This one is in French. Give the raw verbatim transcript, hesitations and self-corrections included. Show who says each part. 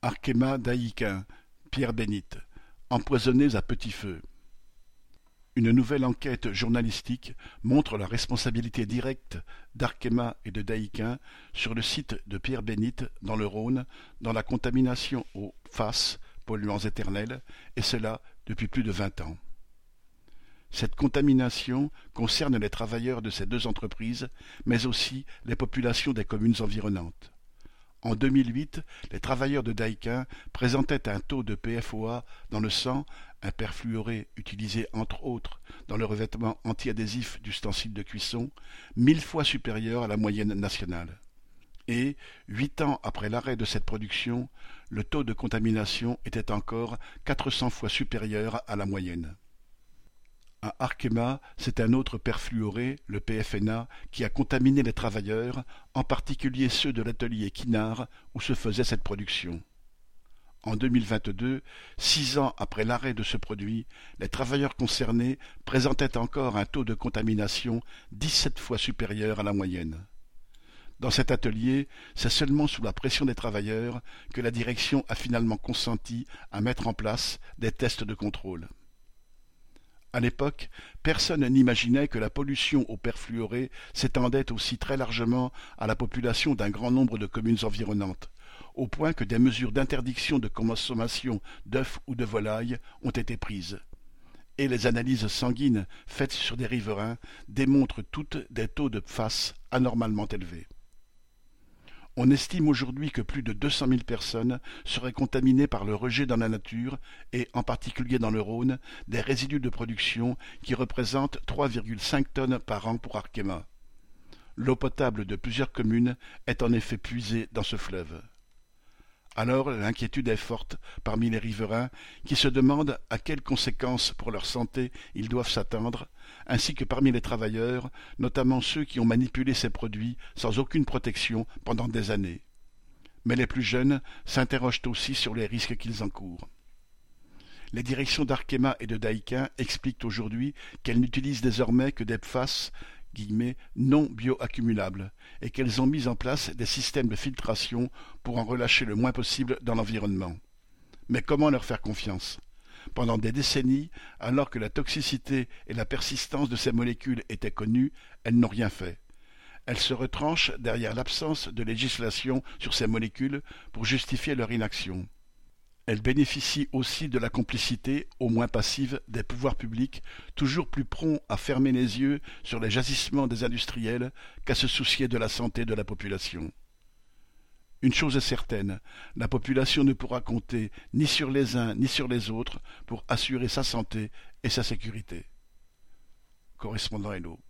Speaker 1: Arkema Daïquin, Pierre Bénite, empoisonnés à petit feu. Une nouvelle enquête journalistique montre la responsabilité directe d'Arkema et de Daïquin sur le site de Pierre Bénite dans le Rhône dans la contamination aux P F A S, polluants éternels, et cela depuis plus de vingt ans. Cette contamination concerne les travailleurs de ces deux entreprises, mais aussi les populations des communes environnantes. En deux mille huit, les travailleurs de Daïquin présentaient un taux de P F O A dans le sang, un perfluoré utilisé entre autres dans le revêtement antiadhésif d'ustensiles de cuisson, mille fois supérieur à la moyenne nationale. Et, huit ans après l'arrêt de cette production, le taux de contamination était encore quatre cents fois supérieur à la moyenne. À Arkema, c'est un autre perfluoré, le P F N A, qui a contaminé les travailleurs, en particulier ceux de l'atelier Kinard où se faisait cette production. En deux mille vingt-deux, six ans après l'arrêt de ce produit, les travailleurs concernés présentaient encore un taux de contamination dix-sept fois supérieur à la moyenne. Dans cet atelier, c'est seulement sous la pression des travailleurs que la direction a finalement consenti à mettre en place des tests de contrôle. À l'époque, personne n'imaginait que la pollution au perfluoré s'étendait aussi très largement à la population d'un grand nombre de communes environnantes, au point que des mesures d'interdiction de consommation d'œufs ou de volailles ont été prises. Et les analyses sanguines faites sur des riverains démontrent toutes des taux de P F A S anormalement élevés. On estime aujourd'hui que plus de deux cent mille personnes seraient contaminées par le rejet dans la nature et, en particulier dans le Rhône, des résidus de production qui représentent trois virgule cinq tonnes par an pour Arkema. L'eau potable de plusieurs communes est en effet puisée dans ce fleuve. Alors l'inquiétude est forte parmi les riverains qui se demandent à quelles conséquences pour leur santé ils doivent s'attendre, ainsi que parmi les travailleurs, notamment ceux qui ont manipulé ces produits sans aucune protection pendant des années. Mais les plus jeunes s'interrogent aussi sur les risques qu'ils encourent. Les directions d'Arkema et de Daïquin expliquent aujourd'hui qu'elles n'utilisent désormais que des P F A S guillemets, non bioaccumulables et qu'elles ont mis en place des systèmes de filtration pour en relâcher le moins possible dans l'environnement. Mais comment leur faire confiance ? Pendant des décennies, alors que la toxicité et la persistance de ces molécules étaient connues, elles n'ont rien fait. Elles se retranchent derrière l'absence de législation sur ces molécules pour justifier leur inaction. Elle bénéficie aussi de la complicité, au moins passive, des pouvoirs publics, toujours plus prompts à fermer les yeux sur les jagissements des industriels qu'à se soucier de la santé de la population. Une chose est certaine, la population ne pourra compter ni sur les uns ni sur les autres pour assurer sa santé et sa sécurité. Correspondant Hello.